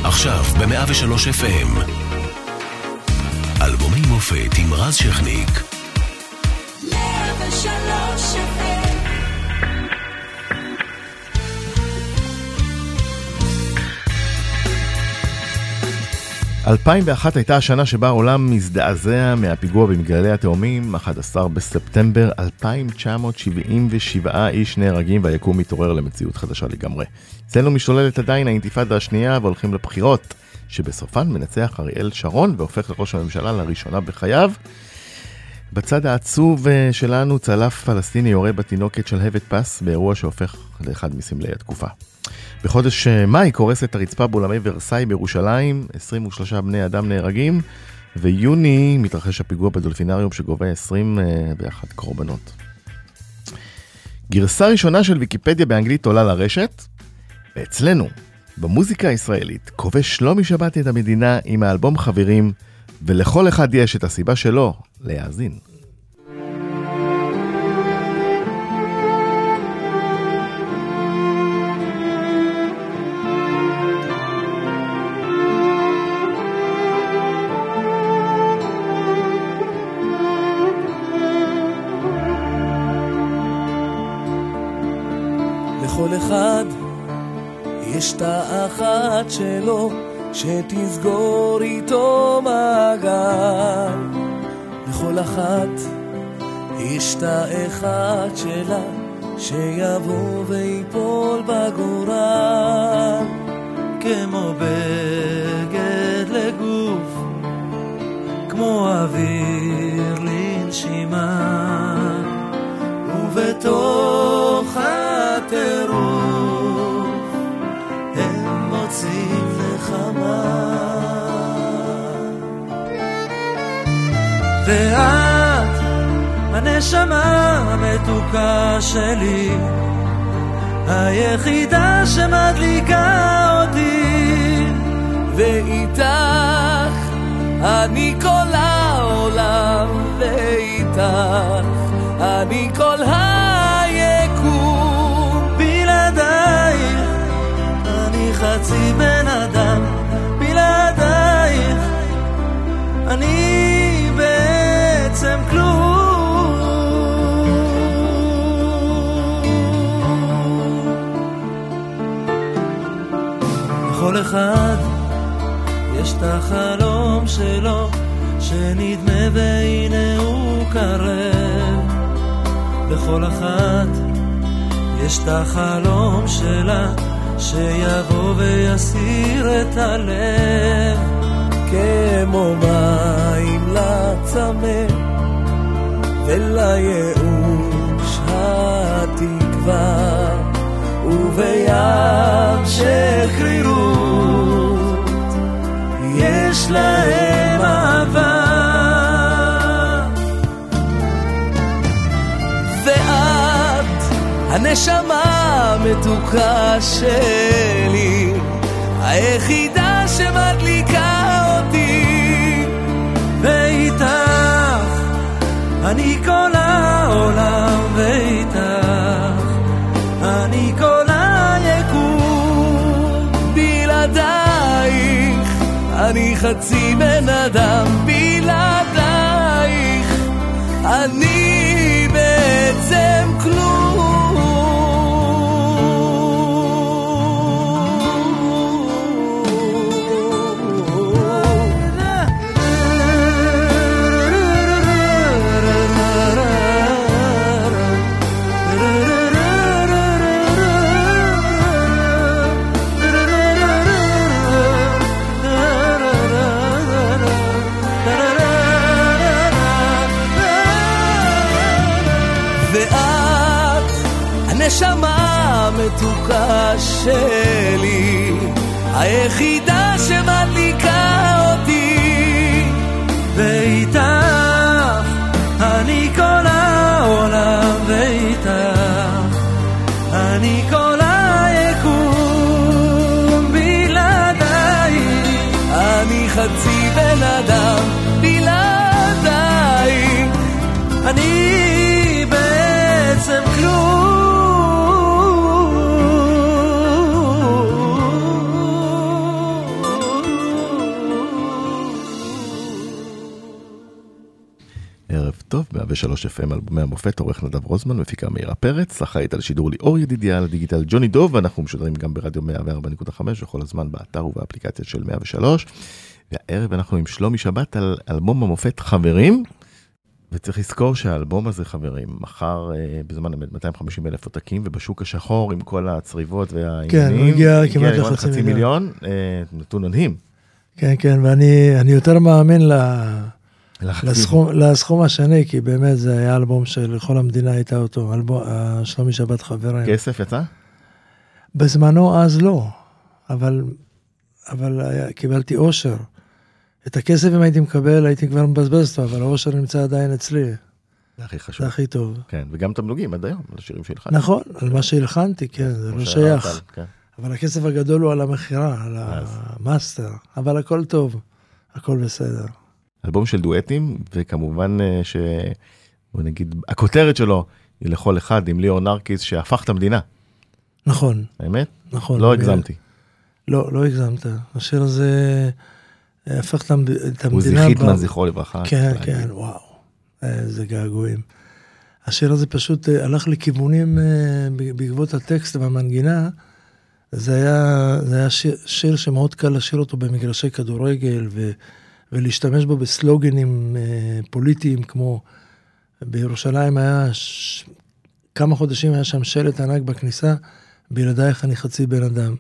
עכשיו ב-103 FM. אלבומי מופת עם רז שכניק. 103 FM. 2001 הייתה השנה שבה העולם מזדעזע מהפיגוע במגדלי התאומים. 11 בספטמבר 2977 איש נהרגים והיקום מתעורר למציאות חדשה לגמרי. אצלנו משתוללת עדיין האינתיפאדה השנייה והולכים לבחירות שבסופן מנצח אריאל שרון והופך לראש הממשלה לראשונה בחייו. בצד העצוב שלנו צלף פלסטיני יורה בתינוקת של הבט פס באירוע שהופך לאחד מסמלי התקופה. בחודש מאי קורסת הרצפה באולמי ורסאי בירושלים, 23 בני אדם נהרגים, ויוני מתרחש הפיגוע בדולפינריום שגובה 21 קורבנות. גרסה ראשונה של ויקיפדיה באנגלית עולה לרשת, ואצלנו, במוזיקה הישראלית, כובש שלומי שבת את המדינה עם האלבום חברים, ולכל אחד יש את הסיבה שלו להאזין. לכל אחד יש תא אחת שלו שתסגור איתו מעגל. לכל אחת יש תא אחד שלה שיבוא ויפול בגורל. כמו בגד לגוף, כמו אוויר לנשימה, ובתוך הטירוף הם מוצאים נחמה. ואת הנשמה המתוקה שלי, היחידה שמדליקה אותי, ואיתך אני כל העולם, ואיתך אני כל היקום. בלעדייך אני חצי בן אדם, בלעדייך אני בעצם כלום. לכל אחד יש את החלום שלו שנדמה והנה הוא קרב. לכל אחת יש את החלום שלה שיבוא ויסיר את הלב. כמו מים לצמא ולייאוש התקווה, ובים שקרירות יש להם אהבה. ואת הנשמה המתוקה שלי, היחידה שמדליקה אותי, ואיתך אני כל העולם, ואיתך אני כל היקום. בלעדייך אני חצי בן אדם, בלעדייך אני בעצם כלום. הנשמה המתוקה שלי, היחידה שמדליקה אותי, ואיתך אני כל העולם, ואיתך אני כל היקום. בלעדייך אני חצי בן אדם, בלעדייך אני בעצם כלום. טוב, 103 FM אלבומי המופת, עורך נדב רוזמן, מפיקה מאירה פרץ, אחראית על שידור ליאור ידידיה, על הדיגיטל ג'וני דוב, ואנחנו משודרים גם ברדיו 104.5 וכל הזמן באתר ובאפליקציה של 103. והערב אנחנו עם שלומי שבת על אלבום המופת חברים, וצריך לזכור שהאלבום הזה חברים, מחר בזמן אמת 250,000 עותקים, ובשוק השחור עם כל הצריבות והעניינים, כן, הוא הגיע כמעט לחצי מיליון. נתון מדהים. כן, כן, ואני יותר מאמין לסכום השני, כי באמת זה היה אלבום שלכל המדינה הייתה אותו, שלומי שבת חברים. כסף יצא? בזמנו אז לא, אבל קיבלתי אושר. את הכסף אם הייתי מקבל, הייתי כבר מבזבז אותו, אבל האושר נמצא עדיין אצלי. זה הכי חשוב. זה הכי טוב. כן, וגם תמלוגים עד היום, על השירים שהלחנתי. נכון, על מה שהלחנתי, כן, זה לא שייך. אבל הכסף הגדול הוא על המחירה, על המאסטר. אבל הכל טוב, הכל בסדר. אלבום של דואטים, וכמובן בוא נגיד, הכותרת שלו היא לכל אחד עם ליאור נרקיס, שהפך את המדינה. נכון. האמת? נכון. לא הגזמתי. לא הגזמת. השיר הזה הפך את המדינה. עוזי חיטמן, זכרו לברכה. כן, כן, וואו. איזה געגועים. השיר הזה פשוט הלך לכיוונים בעקבות הטקסט והמנגינה. זה היה שיר שמאוד קל לשיר אותו במגרשי כדורגל, ולהשתמש בו בסלוגנים פוליטיים, כמו בירושלים היה כמה חודשים היה שם שלט ענק בכניסה, בלעדייך אני חצי בן אדם.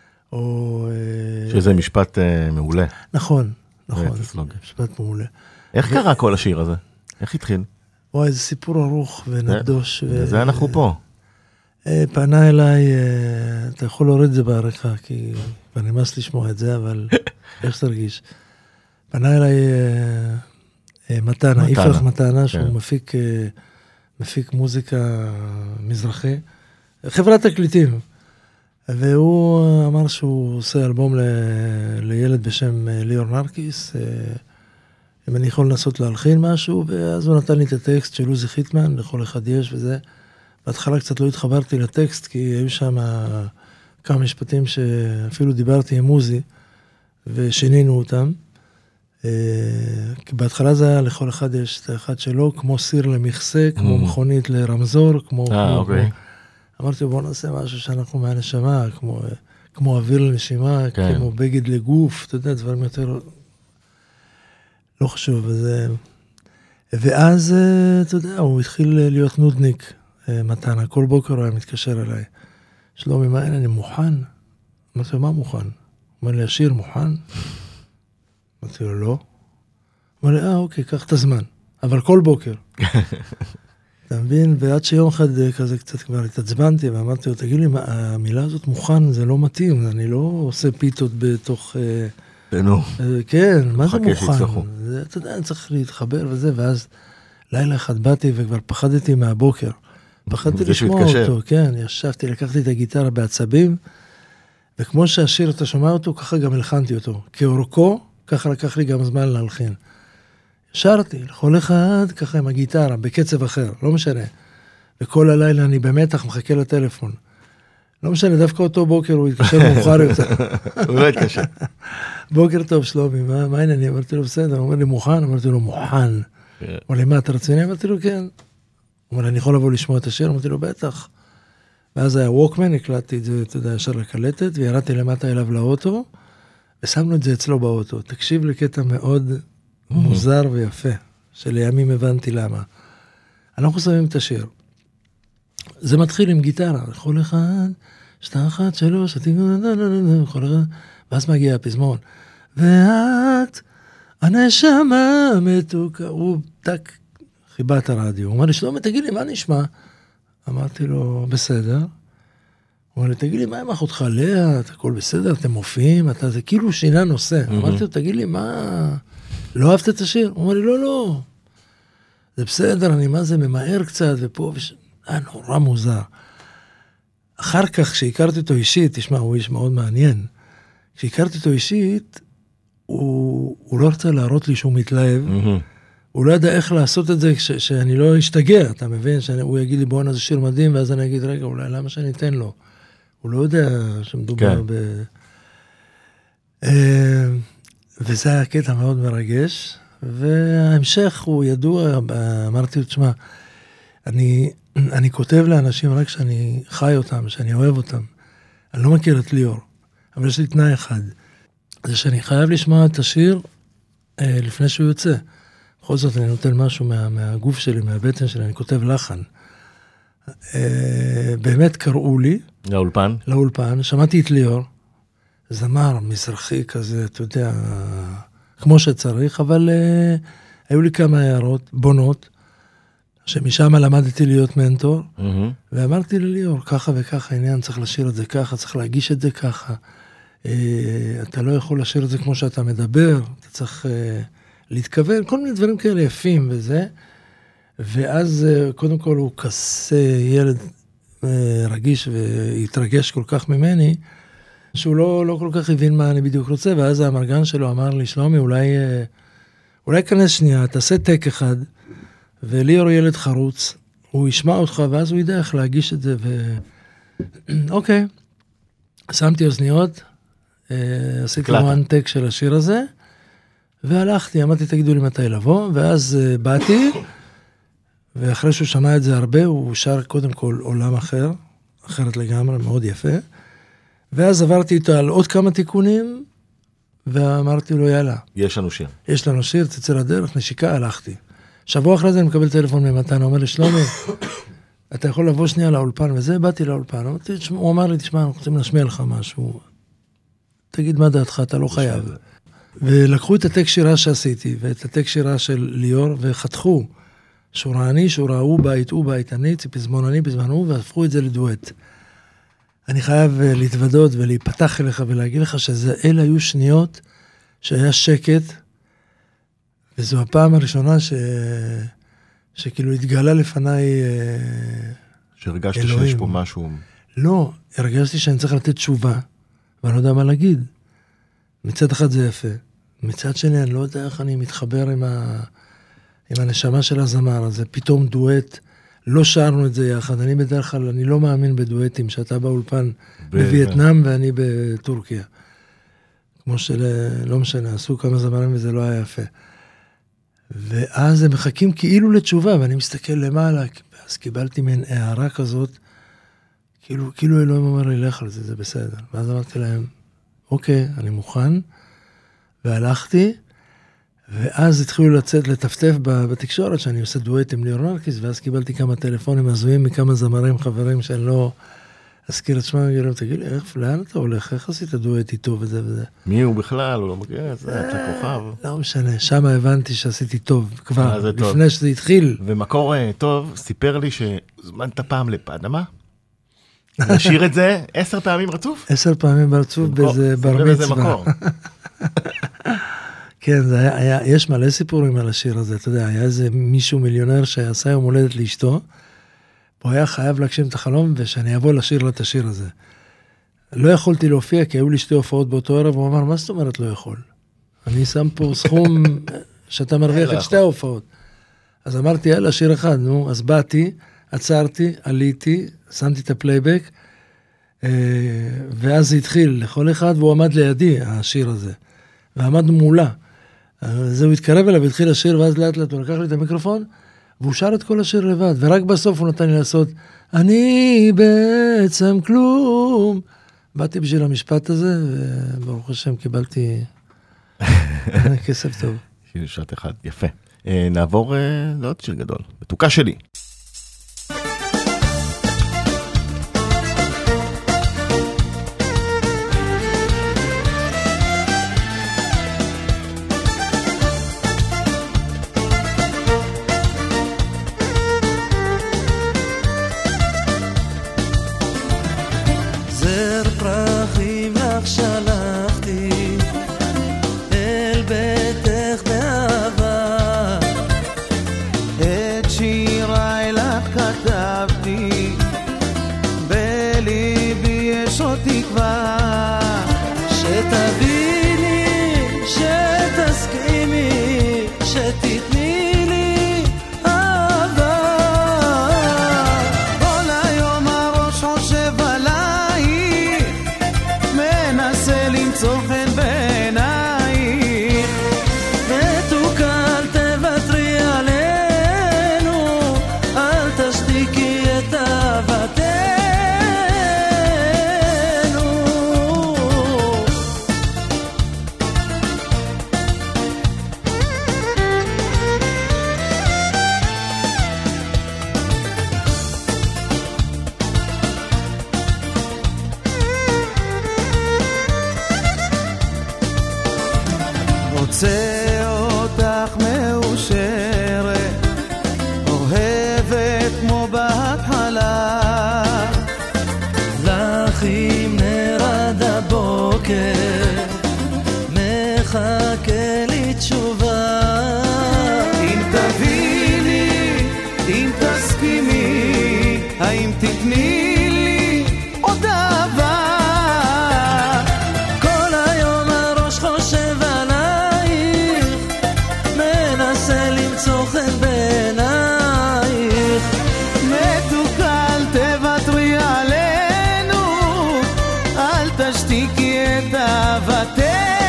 שזה משפט מעולה. נכון. משפט מעולה. איך קרה כל השיר הזה? איך התחיל? וואי, זה סיפור ארוך ונדוש. וזה אנחנו פה. פנה אליי, אתה יכול להוריד את זה בעריכה, כי אני נמאס לשמוע את זה, אבל איך תרגיש? פנה אליי מתנה, יפרח מתנה, שהוא מפיק מוזיקה מזרחי, חברת תקליטים, והוא אמר שהוא עושה אלבום לילד בשם ליאור נרקיס, אם אני יכול לנסות להלחין משהו, ואז הוא נתן לי את הטקסט של עוזי חיטמן, לכל אחד יש וזה. בהתחלה קצת לא התחברתי לטקסט, כי היו שם כמה משפטים שאפילו דיברתי עם עוזי, ושינינו אותם. כי בהתחלה זה היה לכל אחד יש את האחד שלו, כמו סיר למכסה, כמו מכונית לרמזור, כמו... אוקיי. אמרתי, בוא נעשה משהו שאנחנו מהנשמה, כמו אוויר לנשימה, כמו בגד לגוף, אתה יודע, דברים יותר... לא חשוב, ואז, אתה יודע, הוא התחיל להיות נודניק, מתנה, כל בוקר הוא היה מתקשר אליי. שלומי, מה אין, אני מוכן? אמרתי לו, מה מוכן? הוא אומר לי, השיר מוכן? אמרתי לו, לא. אמר לי, אוקיי, קח את הזמן. אבל כל בוקר. אתה מבין? ועד שיום אחד כזה קצת כבר התעצבנתי, ואמרתי לו, תגיד לי, המילה הזאת מוכן, זה לא מתאים, אני לא עושה פיתות בתוך... כן, מה זה מוכן? אתה יודע, אני צריך להתחבר וזה, ואז לילה אחד באתי וכבר פחדתי מהבוקר. פחדתי לשמוע אותו, כן, ישבתי, לקחתי את הגיטרה בעצבים, וכמו שהשיר אתה שומע אותו, ככה גם הלחנתי אותו. כאורכו, ככה לקח לי גם זמן להלחין. שרתי, לכל אחד, ככה עם הגיטרה, בקצב אחר, לא משנה. וכל הלילה אני במתח מחכה לטלפון. לא משנה, דווקא אותו בוקר הוא התקשר מאוחר יותר. הוא לא התקשר. בוקר טוב, שלומי, מה העניינים? אמרתי לו, בסדר, הוא אומר לי, מוכן? אמרתי לו, מוכן. אמר לי, מה, אתה רציני? אמרתי לו, כן. הוא אומר, אני יכול לבוא לשמוע את השיר? אמרתי לו, בטח. ואז היה ווקמן, הקלטתי את זה, אתה יודע, ישר לקלטת, וירדתי למטה אליו לאוטו, ושמנו את זה אצלו באוטו. תקשיב לקטע מאוד מוזר ויפה, שלימים הבנתי למה. אנחנו שמים את השיר. זה מתחיל עם גיטרה, כל אחד, 2, 1, 3, כל אחד, ואז מגיע הפזמון. ואת, הנשמה מתוקה, הוא טק, חיבה את הרדיו. הוא אמר לי, שלומי, תגיד לי, מה נשמע? אמרתי לו, בסדר. הוא אמר לי, תגיד לי, מה עם אחותך לאה? הכל בסדר, אתם מופיעים, זה כאילו שינה נושא. אמרתי לו, תגיד לי, מה... לא אהבת את השיר? הוא אמר לי, לא. זה בסדר, אני מה זה ממהר קצת, ופה נורא מוזר. אחר כך, כשהכרתי אותו אישית, תשמע, הוא איש מאוד מעניין. כשהכרתי אותו אישית, הוא לא רצה להראות לי שהוא מתלהב. הוא לא ידע איך לעשות את זה שאני לא אשתגע, אתה מבין? הוא יגיד לי, בואנה, זה שיר מדהים, ואז אני אגיד, רגע, אולי למה שאני אתן לו? הוא לא יודע שמדובר וזה היה קטע מאוד מרגש, וההמשך הוא ידוע, אמרתי לו, תשמע, אני כותב לאנשים רק שאני חי אותם, שאני אוהב אותם. אני לא מכיר את ליאור, אבל יש לי תנאי אחד. זה שאני חייב לשמוע את השיר לפני שהוא יוצא. בכל זאת אני נותן משהו מהגוף שלי, מהבטן שלי, אני כותב לחן. באמת קראו לי. לאולפן? לאולפן, שמעתי את ליאור, זמר מזרחי כזה, אתה יודע, כמו שצריך, אבל היו לי כמה הערות בונות, שמשם למדתי להיות מנטור, ואמרתי לליאור, ככה וככה עניין, צריך לשיר את זה ככה, צריך להגיש את זה ככה, אתה לא יכול לשיר את זה כמו שאתה מדבר, אתה צריך להתכוון, כל מיני דברים כאלה יפים וזה, ואז קודם כל הוא כזה ילד רגיש והתרגש כל כך ממני, שהוא לא כל כך הבין מה אני בדיוק רוצה, ואז המרגן שלו אמר לי, שלומי, אולי כנס שנייה, תעשה טק אחד, וליאור ילד חרוץ, הוא ישמע אותך, ואז הוא ידע איך להגיש את זה, אוקיי, שמתי אוזניות, עשיתי one take של השיר הזה, והלכתי, אמרתי, תגידו לי מתי לבוא, ואז באתי, ואחרי שהוא שמע את זה הרבה, הוא שר קודם כל עולם אחר, אחרת לגמרי, מאוד יפה, ואז עברתי איתו על עוד כמה תיקונים, ואמרתי לו, יאללה. יש לנו שיר. יש לנו שיר, תצא לדרך, נשיקה, הלכתי. שבוע אחרי זה אני מקבל טלפון ממתן, הוא אומר לי, שלומי, אתה יכול לבוא שנייה לאולפן, וזה, באתי לאולפן, הוא אמר לי, תשמע, אנחנו רוצים להשמיע לך משהו, תגיד מה דעתך, אתה לא חייב. ולקחו את הטק שירה שעשיתי, ואת הטק שירה של ליאור, וחתכו שורה אני, שורה הוא בית אני, פזמון אני, פזמון הוא, והפכו את זה לדואט. אני חייב להתוודות ולהיפתח אליך ולהגיד לך שאלה היו שניות שהיה שקט, וזו הפעם הראשונה שכאילו התגלה לפניי שהרגשת שיש פה משהו. לא, הרגשתי שאני צריך לתת תשובה, ואני לא יודע מה להגיד. מצד אחד זה יפה, מצד שני אני לא יודע איך אני מתחבר עם הנשמה של הזמר, אז זה פתאום דואט, לא שרנו את זה יחד, אני בדרך כלל, אני לא מאמין בדואטים, שאתה באולפן בווייטנאם ואני בטורקיה. כמו שלא משנה, עשו כמה זמרים וזה לא היה יפה. ואז הם מחכים כאילו לתשובה, ואני מסתכל למעלה, אז קיבלתי מין הערה כזאת, כאילו אלוהים אומר לי, לך על זה, זה בסדר. ואז אמרתי להם, אוקיי, אני מוכן, והלכתי, ואז התחילו לטפטף בתקשורת, שאני עושה דואט עם ליאור נרקיס, ואז קיבלתי כמה טלפונים הזויים מכמה זמרים חברים שאני לא אזכיר את שמם, וגילים, תגיד לי, לאן אתה הולך? איך עשית דואט איתו וזה וזה? מי הוא בכלל? הוא לא מכיר את זה, אתה כוכב. לא משנה, שם הבנתי שעשיתי טוב, כבר, לפני שזה התחיל. ומקור טוב סיפר לי שזמנת פעם לפנמה, נשאיר את זה 10 פעמים רצוף? 10 פעמים רצוף באיזה בר מצווה. כן, יש מלא סיפורים על השיר הזה, אתה יודע, היה איזה מישהו מיליונר שעשה יום הולדת לאשתו, הוא היה חייב להגשים את החלום, ושאני אבוא לשיר לה את השיר הזה. לא יכולתי להופיע, כי היו לי 2 הופעות באותו ערב, הוא אמר, מה זאת אומרת לא יכול? אני שם פה סכום שאתה מרוויח את 2 ההופעות. אז אמרתי, יאללה, שיר אחד, נו, אז באתי, עצרתי, עליתי, שמתי את הפלייבק, ואז זה התחיל לכל אחד, והוא עמד לידי, השיר הזה. ועמד מולה. אז הוא התקרב אליו, התחיל השיר, ואז לאט לאט הוא לקח לי את המיקרופון, והוא שר את כל השיר לבד, ורק בסוף הוא נתן לי לעשות, אני בעצם כלום. באתי בשביל המשפט הזה, וברוך השם קיבלתי כסף טוב. שעת אחד, יפה. נעבור לעוד שיר גדול, מתוקה שלי. צוחן בעינייך, מתוקה מוצא אותך מאושרת, אוהבת כמו בהתחלה, לך עם נרד הבוקר, מחכה לי תשובה. אם תביני, אם תסכימי, האם תתני לי עוד אהבה? כל היום הראש חושב עלייך, מנסה למצוא חן בעינייך. מתוקה אל תוותרי עלינו, אל תשתיקי את אהבתנו.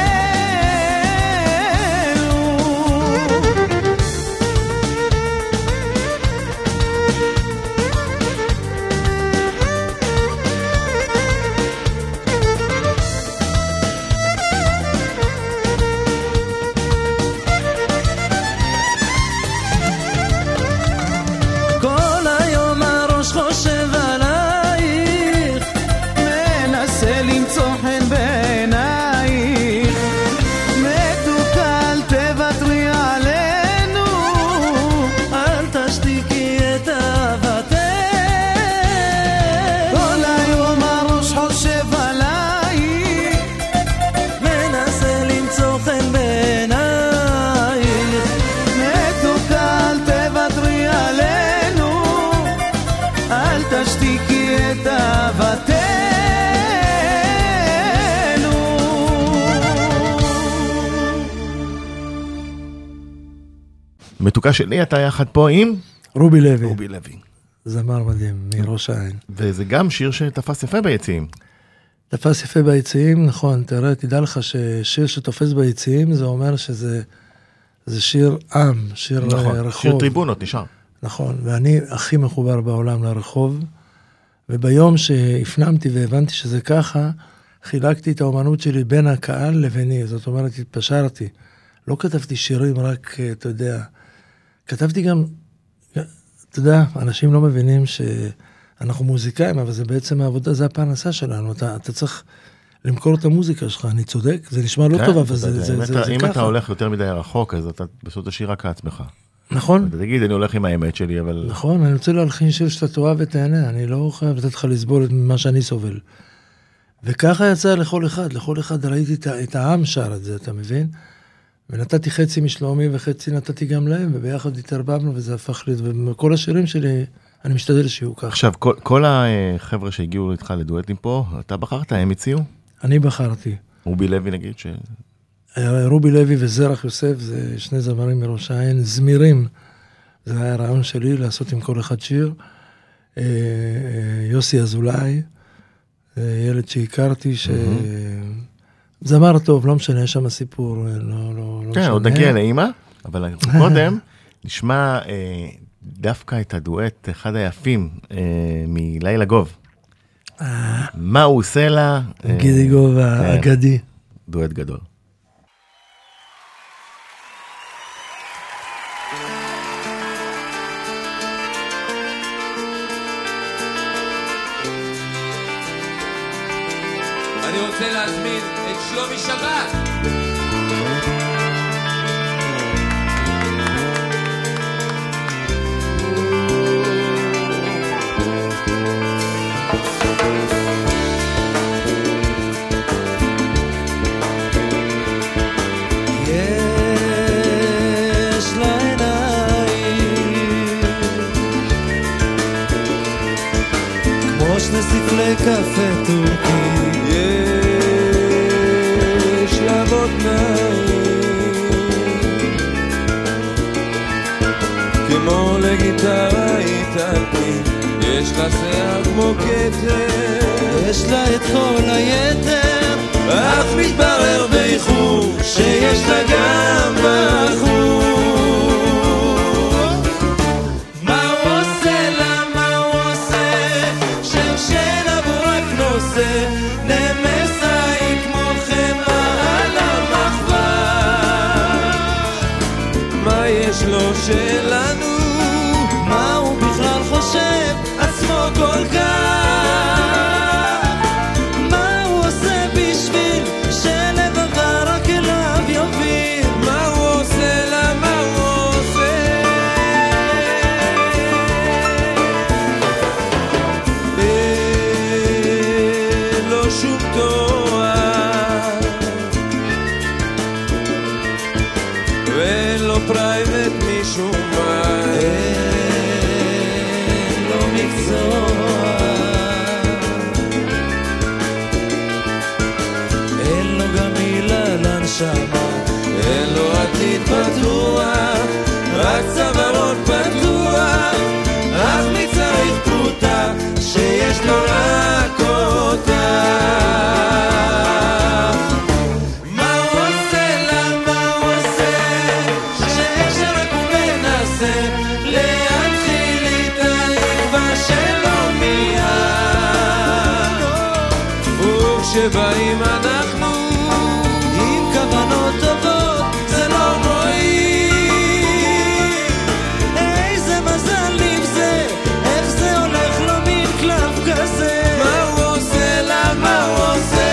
מתוקה שלי, אתה יחד פה עם? רובי לוי. רובי לוי. זמר מדהים, מראש העין. וזה גם שיר שתפס יפה ביציעים. תפס יפה ביציעים, נכון. תדע לך ששיר שתופס ביציעים, זה אומר שזה שיר עם, שיר נכון, רחוב. שיר טריבונות נשאר. נכון, ואני הכי מחובר בעולם לרחוב, וביום שהפנמתי והבנתי שזה ככה, חילקתי את האומנות שלי בין הקהל לביני, זאת אומרת, התפשרתי. לא כתבתי שירים רק, אתה יודע, כתבתי גם, אתה יודע, אנשים לא מבינים שאנחנו מוזיקאים, אבל זה בעצם העבודה, זה הפרנסה שלנו, אתה צריך למכור את המוזיקה שלך, אני צודק, זה נשמע לא טוב, אבל זה ככה. אם אתה הולך יותר מדי רחוק, אז אתה פשוט תשאיר רק לעצמך. נכון. אתה תגיד, אני הולך עם האמת שלי, אבל... נכון, אני רוצה להלחין שיר שאתה תאהב ותהנה, אני לא חייב לתת לך לסבול את מה שאני סובל. וככה יצא לכל אחד ראיתי את העם שר את זה, אתה מבין? ונתתי חצי משלומי וחצי נתתי גם להם, וביחד התערבבנו וזה הפך לי, וכל השירים שלי, אני משתדל שיהיו ככה. עכשיו, כל החבר'ה שהגיעו איתך לדואטים פה, אתה בחרת, הם הציעו? אני בחרתי. רובי לוי נגיד ש... רובי לוי וזרח יוסף, זה שני זמרים מראש העין, זמירים. זה היה הרעיון שלי לעשות עם כל אחד שיר. יוסי אזולאי, ילד שהכרתי, זמר טוב, לא משנה, יש שם סיפור, לא כן, משנה. עוד נגיע לאמא, אבל קודם נשמע דווקא את הדואט, אחד היפים, מלילה גוב. מה הוא עושה לה? גידי גוב האגדי. דואט גדול. אני רוצה להזמין את שלומי שבת. יש לה עיניים כמו שני ספלי קפה טורקי, יש לה בוטניים כמו לגיטרה איטלקית, יש לה שיער כמו כתר, יש לה את כל היתר, אך מתברר באיחור שיש לה גם בחור. מה הוא עושה לה, מה הוא עושה, שם של אבו רק נושא, נמסה היא כמו חמאה על המחווה. מה יש לו שלנו, מה הוא בכלל חושב עצמו כל כך, מה הוא עושה בשביל שלבבה רק אליו יוביל, פרייבט משום מה אין לו מקצוע, אין לו גם מילה לנשמה, אין לו עתיד פתוח, רק צווארון פתוח, אז מי צריך פרוטה שיש לו רק אותה? מה הוא עושה לה, מה הוא עושה, שרק הוא מנסה להתחיל איתה תקווה שלו מיד, וכשבאים אנחנו עם כוונות טובות זה לא מועיל, איזה מזל לי זה, איך זה הולך לו מין קלף כזה. מה הוא עושה לה, מה הוא עושה?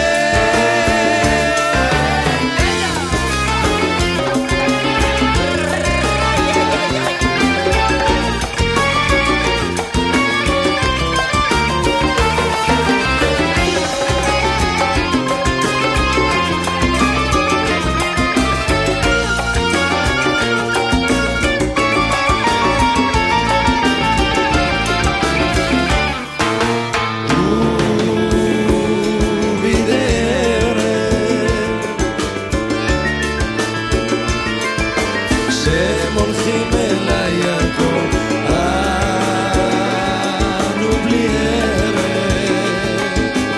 כשהם הולכים אל הירקון, אנו בלי ערך,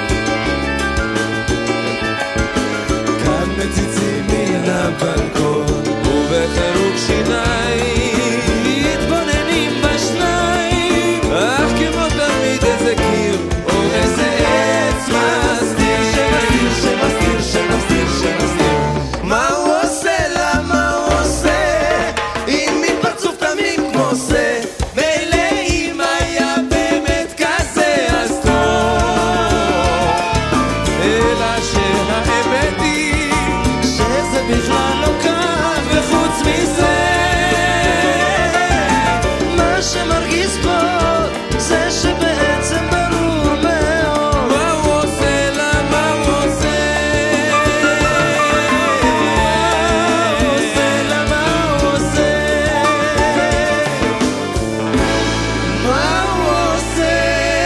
כאן מציצים מן הבלקון, ובחירוק שיניים מתבוננים בשניים, אך כמו תמיד איזה קיר או איזה עץ מסתיר שמסתיר, שמסתיר, שמסתיר. מה הוא עושה לה, מה הוא עושה? עם מין פרצוף תמים כמו זה, מילא אם היה באמת כזה אז טוב, אלא שהאמת היא שזה בכלל לא כאן, וחוץ מזה מה שמרגיז פה זה שבעצם ברור מאוד מה הוא עושה לה, מה הוא עושה? למה הוא עושה, מה הוא עושה?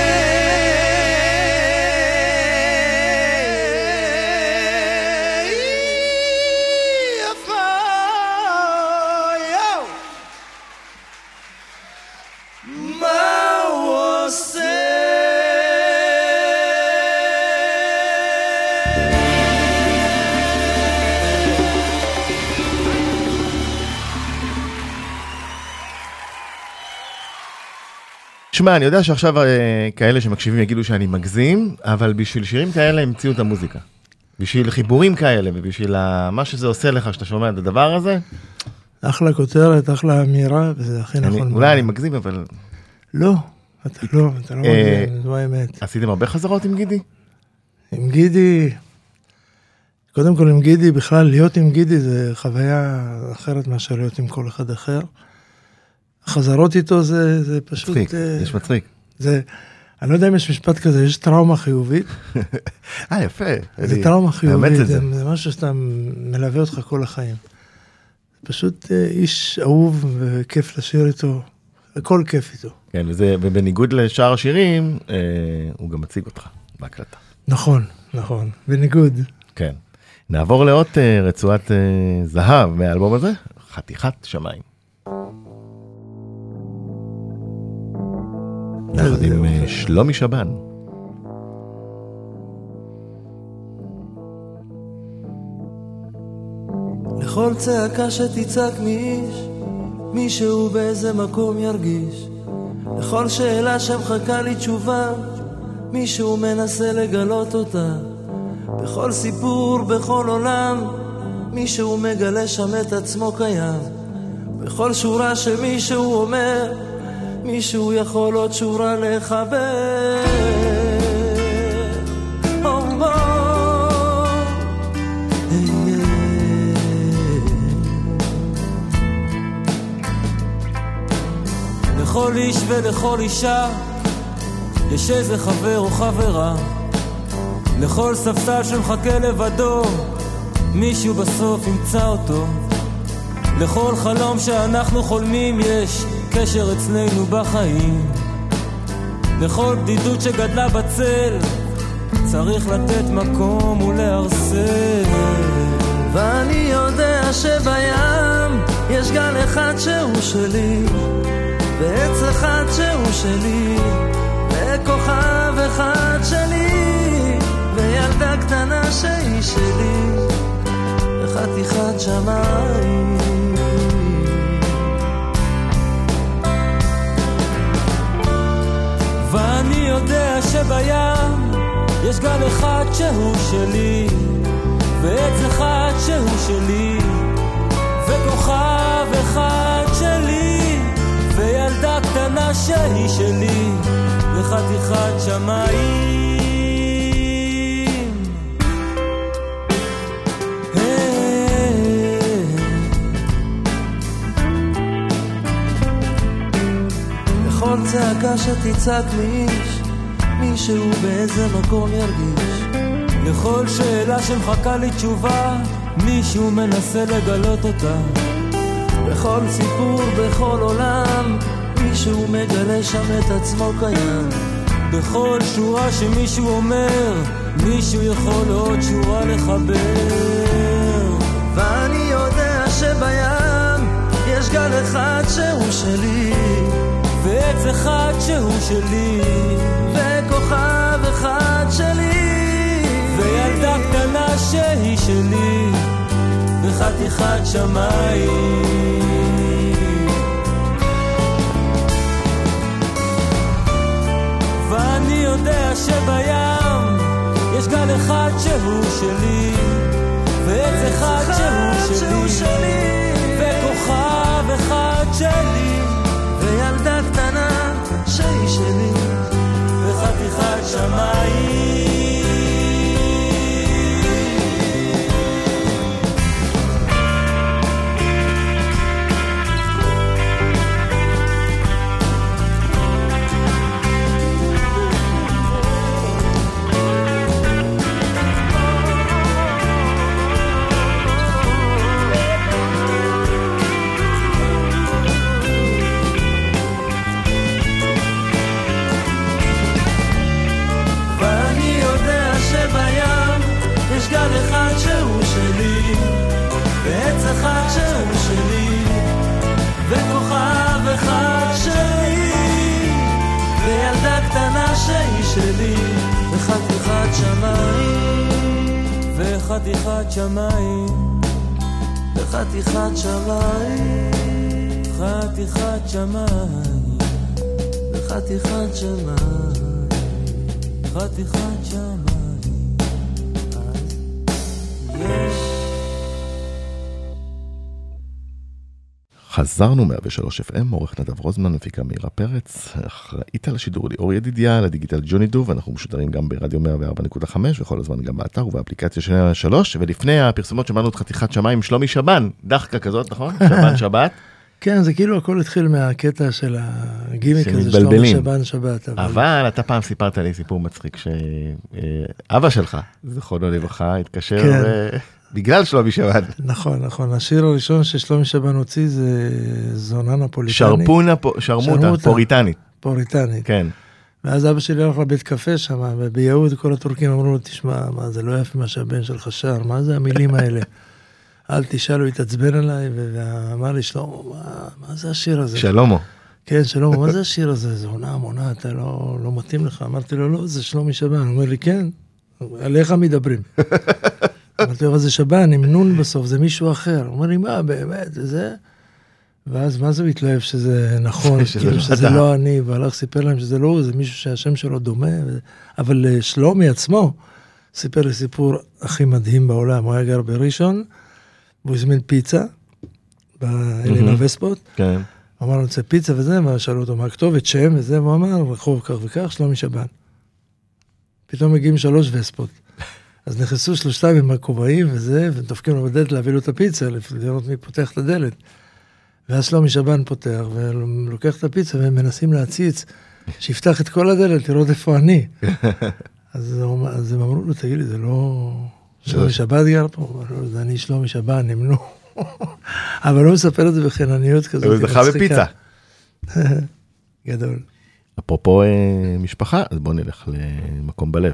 יפה, יו. מה הוא עושה? שמע, אני יודע שעכשיו כאלה שמקשיבים יגידו שאני מגזים, אבל בשביל שירים כאלה המציאו את המוזיקה. בשביל חיבורים כאלה, ובשביל מה שזה עושה לך שאתה שומע את הדבר הזה, אחלה כותרת, אחלה אמירה, וזה הכי נכון. אולי אני מגזים, אבל לא, אתה לא מגזים, זו האמת. עשיתם הרבה חזרות עם גידי? עם גידי, קודם כל עם גידי, בכלל להיות עם גידי זה חוויה אחרת מאשר להיות עם כל אחד אחר. חזרות איתו זה פשוט... מצחיק, יש מצחיק. זה, אני לא יודע אם יש משפט כזה, יש טראומה חיובית. יפה. זה טראומה חיובית, זה זה משהו שאתה מלווה אותך כל החיים. פשוט איש אהוב וכיף לשיר איתו, הכל כיף איתו. כן, ובניגוד לשאר השירים, הוא גם מציג אותך בהקלטה. נכון, נכון, בניגוד. כן. נעבור לעוד רצועת זהב מהאלבום הזה, חתיכת שמיים. יחד עם שלומי שבן. לכל צעקה שתצעק מאיש, מישהו באיזה מקום ירגיש. לכל שאלה שמחכה לי תשובה, מישהו מנסה לגלות אותה. בכל סיפור, בכל עולם, מישהו מגלה שם את עצמו קיים. בכל שורה שמישהו אומר, מישהו יכול עוד שורה לחבר. לכל איש ולכל אישה יש איזה חבר או חברה. לכל ספסל שמחכה לבדו, מישהו בסוף ימצא אותו. לכל חלום שאנחנו חולמים יש קשר אצלנו בחיים. לכל בדידות שגדלה בצל צריך לתת מקום ולהרסל. ואני יודע שבים יש גל אחד שהוא שלי, ועץ אחד שהוא שלי, וכוכב אחד שלי, וילדה קטנה שהיא שלי, וחתיכת שמיים. ואני יודע שבים יש גל אחד שהוא שלי, ועץ אחד שהוא שלי, וכוכב אחד שלי, וילדה קטנה שהיא שלי, וחתיכת שמיים. לכל צעקה שתצעק מאיש, מישהו באיזה מקום ירגיש. לכל שאלה שמחכה לי תשובה, מישהו מנסה לגלות אותה. בכל סיפור, בכל עולם, מישהו מגלה שם את עצמו קיים. בכל שורה שמישהו אומר, מישהו יכול עוד שורה לחבר. ואני יודע שבים יש גל אחד שהוא שלי, ועץ אחד שהוא שלי, וכוכב אחד שלי, וילדה קטנה שהיא שלי, וחתיכת שמיים. ואני יודע שבים יש גל אחד שהוא שלי, ועץ אחד שהוא שלי, וכוכב אחד שלי, וילדה קטנה שהיא שלי, וחתיכת שמיים. יש גל אחד שהוא שלי, ועץ אחד שהוא שלי, וכוכב אחד שלי, וילדה קטנה שהיא שלי, וחתיכת שמיים, וחתיכת שמיים, וחתיכת שמיים, חתיכת שמיים, וחתיכת שמיים, חתיכת שמיים. חזרנו 103 FM, עורך נדב רוזמן, מפיקה מאירה פרץ, אחראית על השידור ליאור ידידיה, לדיגיטל ג'וני דוב, אנחנו משודרים גם ברדיו 104.5 וכל הזמן גם באתר ובאפליקציה של 3, ולפני הפרסומות שמענו את חתיכת שמיים שלומי שבן, דחקה כזאת, נכון? שבן שבת. כן, זה כאילו הכל התחיל מהקטע של הגימיק הזה, שלומי שבן שבת. אבל אתה פעם סיפרת לי סיפור מצחיק שאבא שלך, זכרונו לברכה, התקשר בגלל שלומי שבן. נכון, נכון. השיר הראשון ששלומי שבן הוציא זה זונה נפוליטנית. שרמוטה, פוריטנית. פוריטנית. כן. ואז אבא שלי הלך לבית קפה שם, וביהוד כל הטורקים אמרו לו, תשמע, מה זה לא יפה מה שהבן שלך שר, מה זה המילים האלה? אל תשאל, הוא התעצבן עליי, ואמר לי, שלמה, מה זה השיר הזה? שלומו. כן, שלמה, מה זה השיר הזה? זה עונה, אתה לא מתאים לך. אמרתי לו, לא, זה שלומי שבן. הוא אומר לי, כן, עליך מדברים. אמרתי לו, זה שבן, עם נון בסוף, זה מישהו אחר. הוא אומר לי, מה, באמת, זה? ואז מה זה מתלהב שזה נכון, כאילו שזה לא אני, והלך סיפר להם שזה לא, זה מישהו שהשם שלו דומה. אבל שלומי עצמו סיפר לי סיפור הכי מדהים בעולם. הוא היה גר בראשון, והוא הזמין פיצה, באלינה וספות. כן. הוא אמר לו, רוצה פיצה וזה, ושאלו אותו, מה הכתובת, שם וזה, והוא אמר, רחוב כך וכך, שלומי שבן. פתאום מגיעים 3 וספות. אז נכנסו 3 עם הכובעים וזה, ודופקים לו בדלת להביא לו את הפיצה, לראות מי פותח את הדלת. ואז שלומי שבן פותח, ולוקח את הפיצה, והם מנסים להציץ, שיפתח את כל הדלת, לראות איפה אני. אז הם אמרו לו, תגיד לי, זה לא שלומי שבן גר פה? זה אני שלומי שבן, נמנו. אבל לא מספר את זה בחינניות כזאת. הוא זכה בפיצה. גדול. אפרופו משפחה, אז בואו נלך למקום בלב.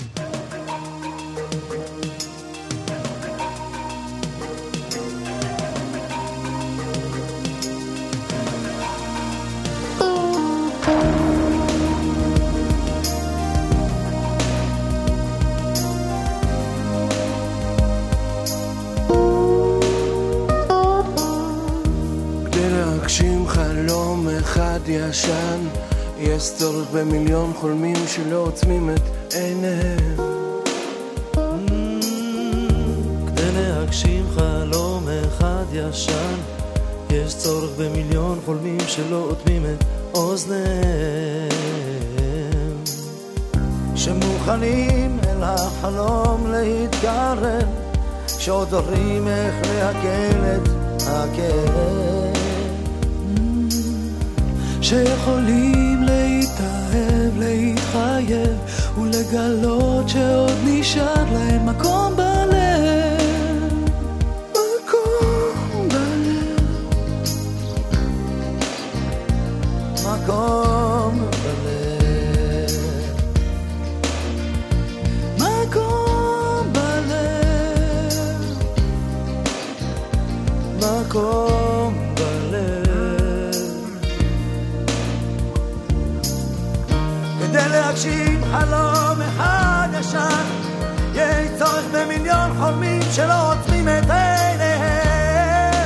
ישן, יש צורך במיליון חולמים שלא עוצמים את עיניהם. כדי להגשים חלום אחד ישן, יש צורך במיליון חולמים שלא עוצמים את אוזניהם. שמוכנים אל החלום להתקרב, שעוד הורים איך להקל את הכאב. שיכולים להתאהב, להתחייב ולגלות שעוד נשאר להם מקום בלב. מקום בלב. מקום בלב. מקום בלב. מקום כדי להגשים חלום אחד ישן, יש צורך במיליון חולמים שלא עוצמים את עיניהם.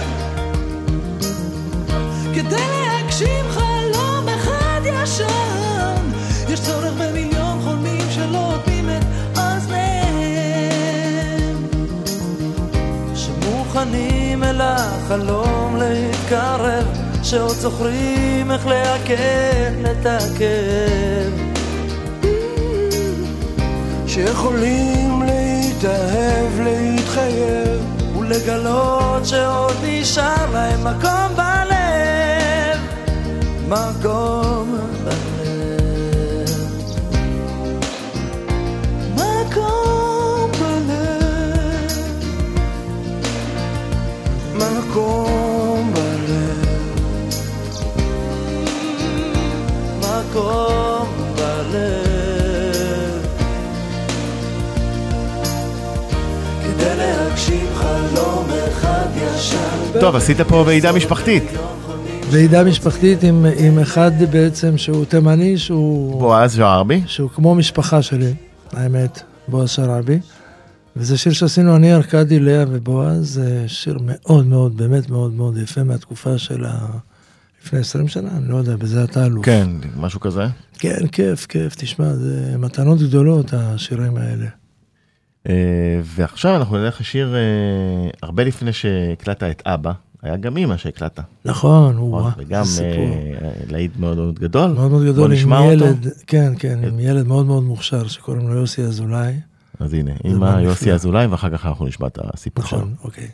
כדי להגשים חלום אחד ישן, יש צורך במיליון חולמים שלא עוצמים את אוזניהם. שמוכנים אל החלום להתקרב, שעוד זוכרים איך להקל את הכאב. שיכולים להתאהב, להתחייב ולגלות שעוד נשאר להם מקום בלב. מקום בלב. מקום בלב. מקום בלב. מקום בלב. להגשים חלום אחד ישן. טוב, עשית פה ועידה משפחתית. ועידה משפחתית עם אחד בעצם שהוא תימני, שהוא... בועז שרעבי. שהוא כמו משפחה שלי, האמת, בועז שרעבי. וזה שיר שעשינו אני, ארקדי, לאה ובועז, זה שיר מאוד מאוד, באמת מאוד מאוד יפה מהתקופה של לפני 20 שנה, אני לא יודע, בזה אתה אלוף. כן, משהו כזה. כן, כיף, תשמע, זה מתנות גדולות, השירים האלה. ועכשיו אנחנו נלך לשיר הרבה לפני שהקלטת את אבא, היה גם אמא שהקלטת. נכון, וואו, וגם להיט מאוד מאוד גדול. מאוד מאוד גדול, בוא נשמע עם ילד, אותו. כן, עם ילד מאוד מאוד מוכשר, שקוראים לו יוסי אזולאי. אז הנה, אמא יוסי אזולאי, ואחר כך אנחנו נשמע את הסיפור שלו. נכון, אוקיי.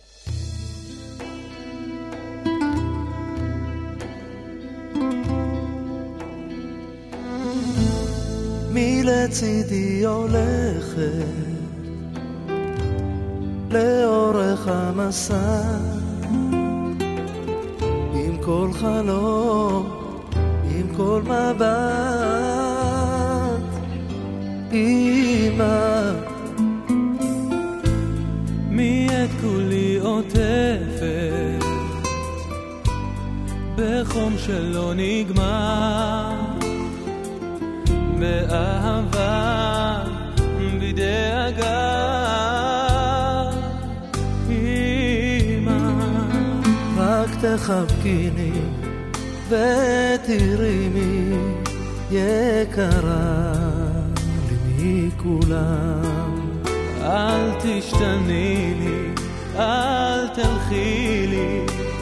מי לצידי הולכת לאורך המסע, עם כל חלום, עם כל מבט. אמא, מי את כולי עוטפת בחום שלא נגמר, באהבה, בדאגה. אמא, רק תחבקיני ותראימי יקרה לי מכולם. אל תשתני לי, אל תלכי לי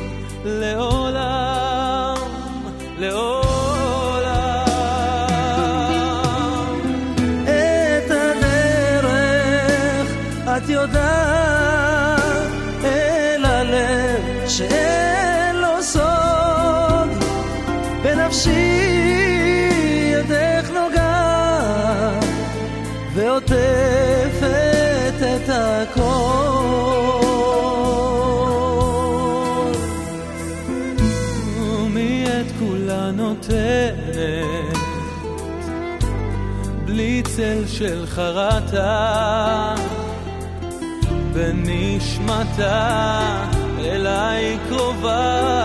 לעולם, לעולם. את יודעת אל הלב שאין לו סוד, בנפשי ידך נוגעת ועוטפת את הכל. צל של חרטה בנשמתה אליי קרובה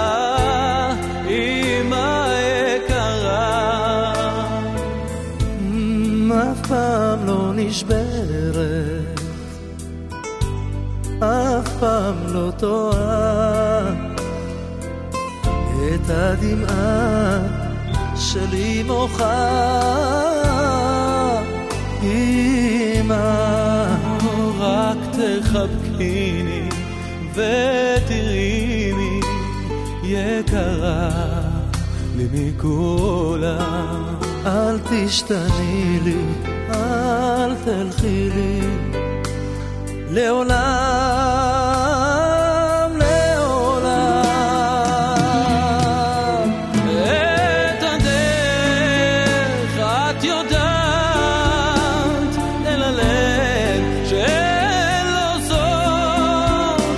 אמא יקרה אף פעם לא נשברת אף פעם לא טועה את הדמעה שלי מוחה אמא רק תחבקיני ותראיני יקרה לי מכולם אל תשתני לי אל תלכי לי לעולם לעולם את הדרך את יודעת אל הלב שלא סוד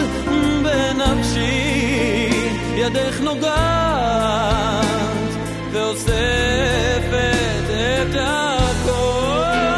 בנפשי ידך נוגעת ואוספת את הכל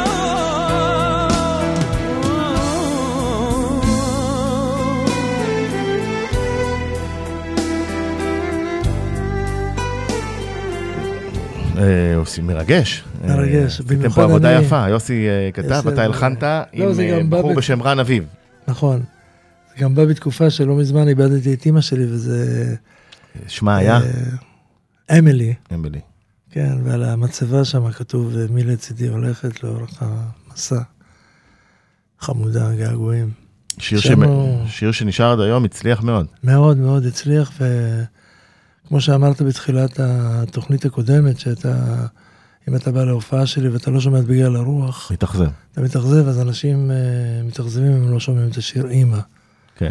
עושים מרגש. מרגש. עשיתם פה עבודה יפה, יוסי כתב, אתה הלחנת עם בחור בשם רן אביב. נכון. זה גם בא בתקופה שלא מזמן איבדתי את אמא שלי, וזה... שמה היה? אמילי. אמילי. כן, ועל המצבה שם כתוב, מי לצידי הולכת לאורך המסע. חמודה, געגועים. שיר שנשאר עד היום הצליח מאוד. מאוד מאוד הצליח, וכמו שאמרת בתחילת התוכנית הקודמת, אם אתה בא להופעה שלי ואתה לא שומע את בגלל הרוח, מתאכזב. אתה מתאכזב, אז אנשים מתאכזבים אם לא שומעים את השיר אמא. כן.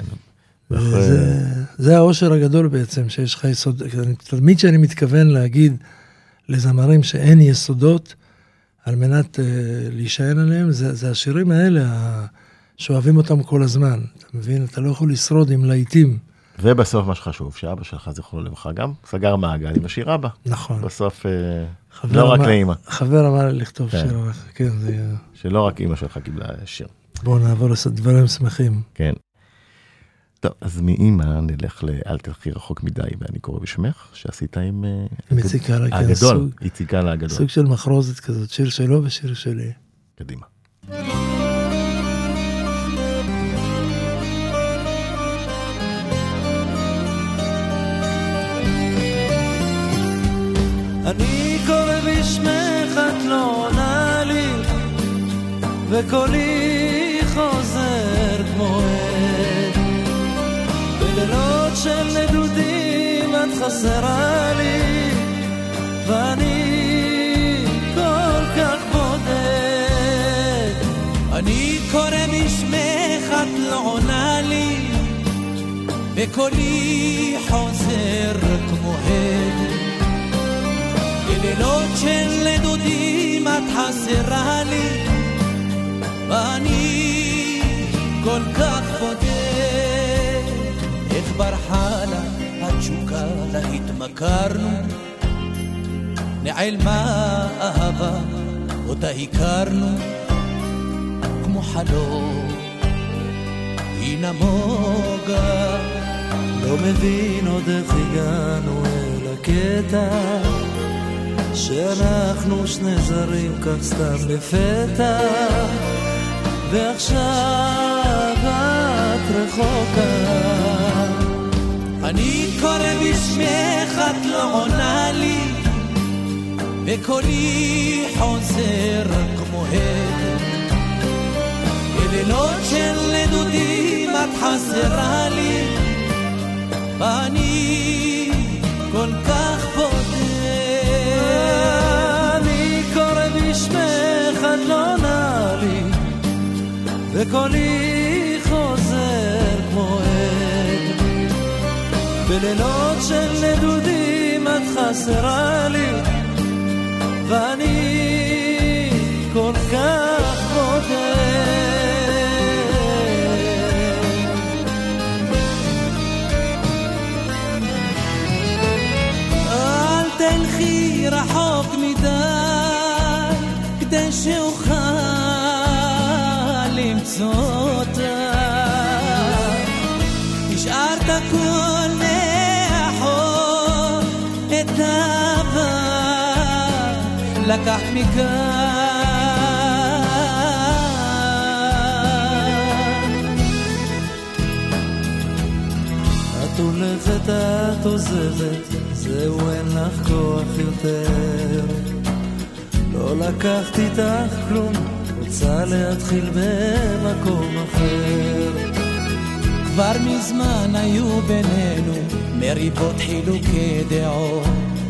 זה האושר הגדול בעצם, שיש לך יסוד, תמיד שאני מתכוון להגיד לזמרים שאין יסודות, על מנת להישען עליהם, זה השירים האלה, שאוהבים אותם כל הזמן. אתה מבין? אתה לא יכול לשרוד עם להיטים. ובסוף מה שחשוב, שאבא שלך זכרו לברכה גם, סגר מעגל עם השיר אבא. נכון. בסוף לא רק לאמא. חבר אמר לכתוב שיר, כן, זה... שלא רק אמא שלך קיבלה שיר. בואו נעבור לדברים שמחים. כן. טוב, אז מאמא נלך לאל תלכי רחוק מדי, ואני קורא בשמך, שעשית עם הגדול, איציקה הגדול. סוג של מחרוזת כזאת, שיר שלו ושיר שלי. קדימה. אני קורא בשמך את לא עונה לי וקולי חוזר כמו עד בלילות של נדודים את חסרה לי ואני כל כך בודד אני קורא בשמך את לא עונה לי וקולי חוזר כמו עד בלילות של נדודים את חסרה לי ואני כל כך בודד איך ברחה לה התשוקה לה התמכרנו נעלמה אהבה אותה הכרנו כמו חלום היא נמוגה לא מבין עוד איך הגענו אל הקטע שאנחנו שני זרים כך סתם לפתע ועכשיו את רחוקה אני קורא בשמך את לא עונה לי וקולי חוזר כמו הד בלילות של נדודים את חסרה לי ואני כל כך בודד אני קורא בשמך את לא עונה לי וקולי חוזר כמו עד בלילות של נדודים את חסרה לי ואני כל כך בודד אל תלכי רחוק מדי כדי שאוכל השארת הכל מאחור, את העבר לקחת מכאן. את הולכת, את עוזבת, זהו אין לך כוח יותר. לא לקחת איתך כלום, רוצה להתחיל במקום אחר. כבר מזמן היו בינינו מריבות חילוקי דעות,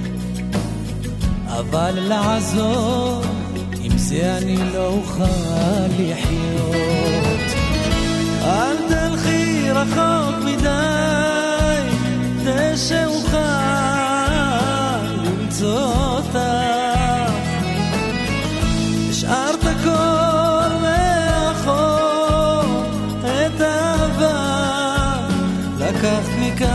אבל לעזור עם זה אני לא אוכל לחיות. אל תלכי רחוק מדי, תשאוכל למצוא אותך. השארת הכל מאחור, את העבר לקחת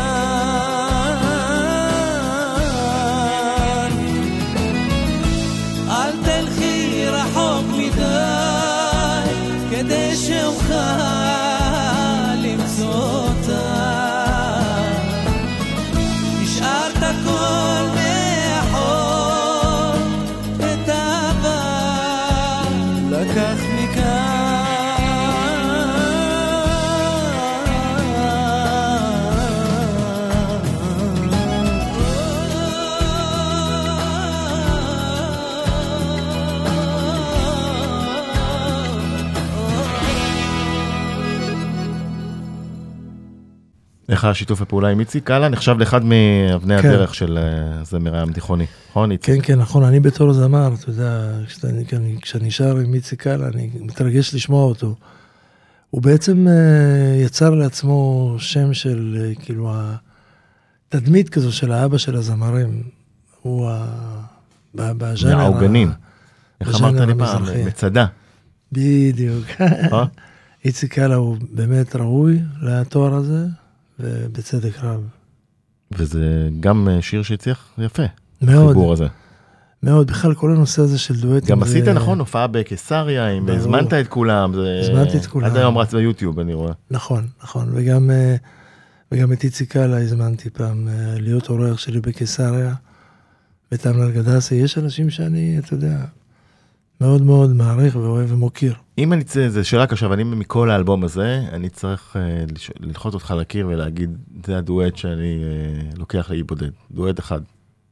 מכאן. אל תלכי רחוק מדי, כדי שאוכל למצוא אותך. השארת הכל מאחור, את העבר לקחת מכאן. איך השיתוף הפעולה עם איציק קאלה נחשב לאחד מאבני הדרך של זמר הים תיכוני, נכון איציק? כן, כן, נכון, אני בתור זמר, אתה יודע, כשאני שר עם איציק קאלה, אני מתרגש לשמוע אותו. הוא בעצם יצר לעצמו שם של, כאילו, התדמית כזו של האבא של הזמרים. הוא בז'אנר... מהעוגנים. איך אמרת לי פעם? מצדה. בדיוק. איציק קאלה הוא באמת ראוי לתואר הזה, ובצדק רב. וזה גם שיר שהצליח יפה. מאוד. החיבור הזה. מאוד, בכלל כל הנושא הזה של דואטים. גם עשית נכון, הופעה בקיסריה, הזמנת את כולם. הזמנתי את כולם. עד היום רץ ביוטיוב, אני רואה. נכון, נכון. וגם את איציק קאלה הזמנתי פעם להיות אורח שלי בקיסריה, ותמלל גדסי. יש אנשים שאני, אתה יודע, מאוד מאוד מעריך ואוהב ומוקיר. אם אני צריך, זו שאלה קשה, אבל אם מכל האלבום הזה, אני צריך ללחוץ אותך לקיר ולהגיד, זה הדואט שאני לוקח לאי בודד. דואט אחד.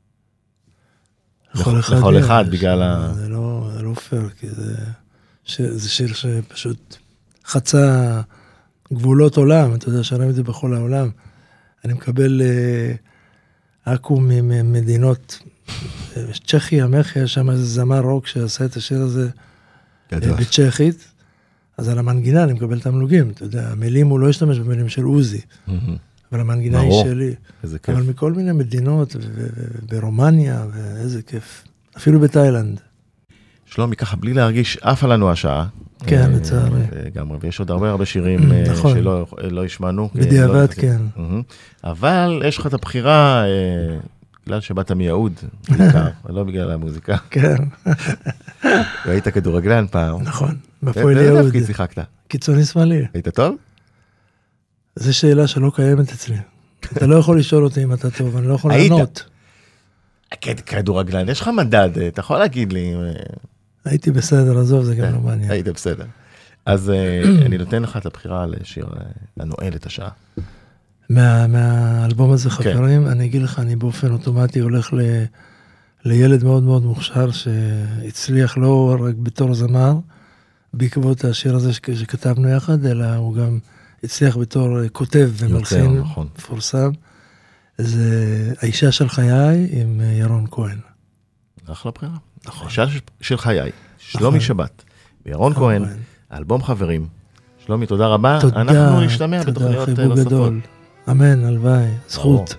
לכל אחד, בגלל ה... זה לא פייר, כי זה שיר שפשוט חצה גבולות עולם, אתה יודע, שרים את זה בכל העולם. אני מקבל אקום ממדינות, צ'כיה, מחיה, שם איזה זמר רוק שעשה את השיר הזה בצ'כית, אז על המנגינה אני מקבל תמלוגים, אתה יודע, המילים הוא לא השתמש במילים של עוזי, אבל המנגינה היא שלי. אבל מכל מיני מדינות, ברומניה, ואיזה כיף. אפילו בתאילנד. שלומי, ככה בלי להרגיש, אף עלינו השעה. כן, לצערי. ויש עוד הרבה הרבה שירים שלא ישמענו. בדיעבד, כן. אבל יש לך את הבחירה, בגלל שבאת מיהוד, בעיקר, ולא בגלל המוזיקה. כן. והיית כדורגלן פעם. נכון, בפועל יהוד. באיזה תפקיד שיחקת? קיצוני שמאלי. היית טוב? זו שאלה שלא קיימת אצלי. אתה לא יכול לשאול אותי אם אתה טוב, אני לא יכול לענות. כדורגלן, יש לך מדד, אתה יכול להגיד לי. הייתי בסדר, עזוב, זה גם לא מעניין. היית בסדר. אז אני נותן לך את הבחירה לשיר לנועל את השעה. מהאלבום הזה, חברים, אני אגיד לך, אני באופן אוטומטי הולך לילד מאוד מאוד מוכשר, שהצליח לא רק בתור זמר, בעקבות השיר הזה שכתבנו יחד, אלא הוא גם הצליח בתור כותב ומלחין מפורסם. זה האישה של חיי עם ירון כהן. אחלה בחירה. האישה של חיי, שלומי שבת, וירון כהן, אלבום חברים. שלומי, תודה רבה. אנחנו נשתמע בתוכניות נוספות. אמן, הלוואי, זכות.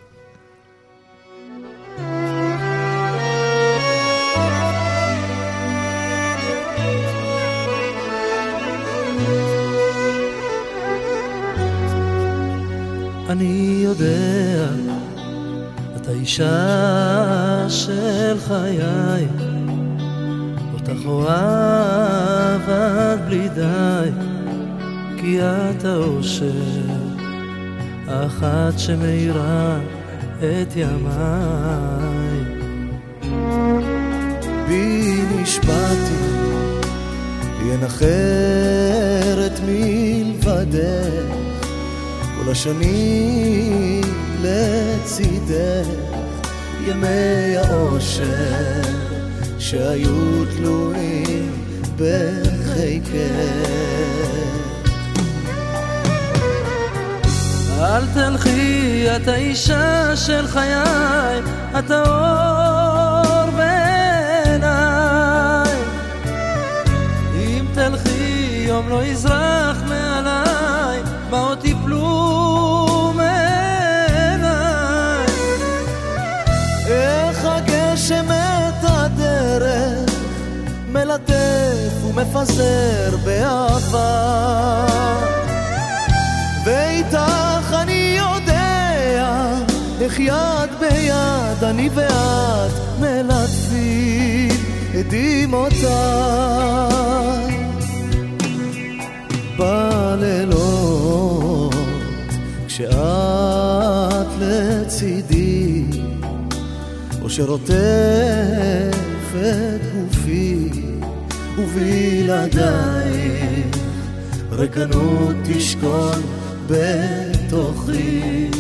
אני יודע, את האישה של חיי, אותך אוהב עד בלי די, כי את האושר אחת שמאירה את ימיי. בי נשבעתי, לי אין אחרת מלבדך, כל השנים לצידך, ימי האושר שהיו תלויים בחיקך. אל תלכי, את האישה של חיי, את האור בעיניי. אם תלכי יום לא יזרח מעליי, באות יפלו מעיניי. איך הגשם את הדרך מלטף ומפזר באהבה, ואיתך אני יודע איך יד ביד אני ואת מלטפים את דמעותיי. בלילות כשאת לצידי, אושר עוטף את גופי, ובלעדייך ריקנות תשכון בתוכי.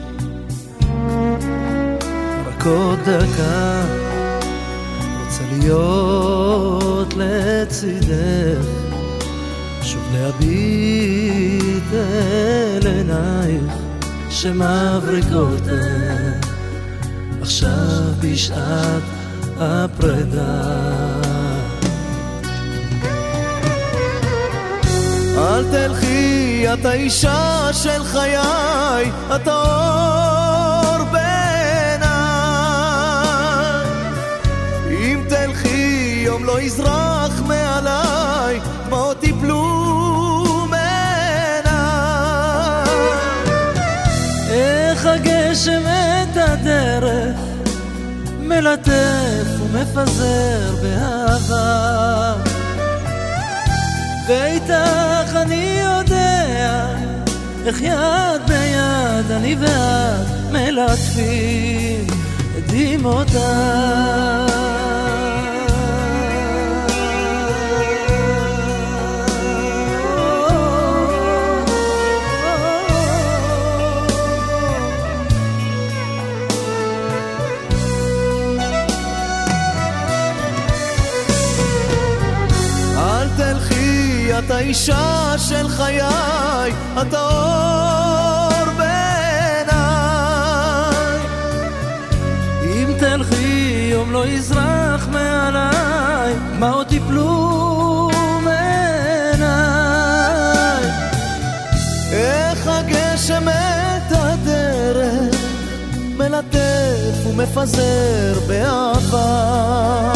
רק עוד דקה רוצה להיות לצידך, שוב להביט אל עינייך שמבריקות עכשיו בשעת הפרידה. אל תלכי, את האישה של חיי, את האור בעיניי. אם תלכי יום לא יזרח מעליי, דמעות יפלו מעיניי. איך הגשם את הדרך מלטף ומפזר באהבה, ואיתך אני יודע איך יד ביד אני ואת מלטפים את דמעותיי. את האישה של חיי, את האור בעיניי. אם תלכי יום לא יזרח מעליי, מה עוד תיפלו מעיניי. איך הגשם את הדרך מלטף ומפזר באהבה,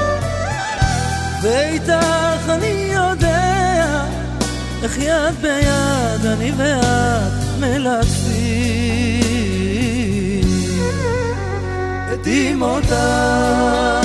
ואיתך אני יודע איך יד ביד אני ואת מלטפים את דמעותיי.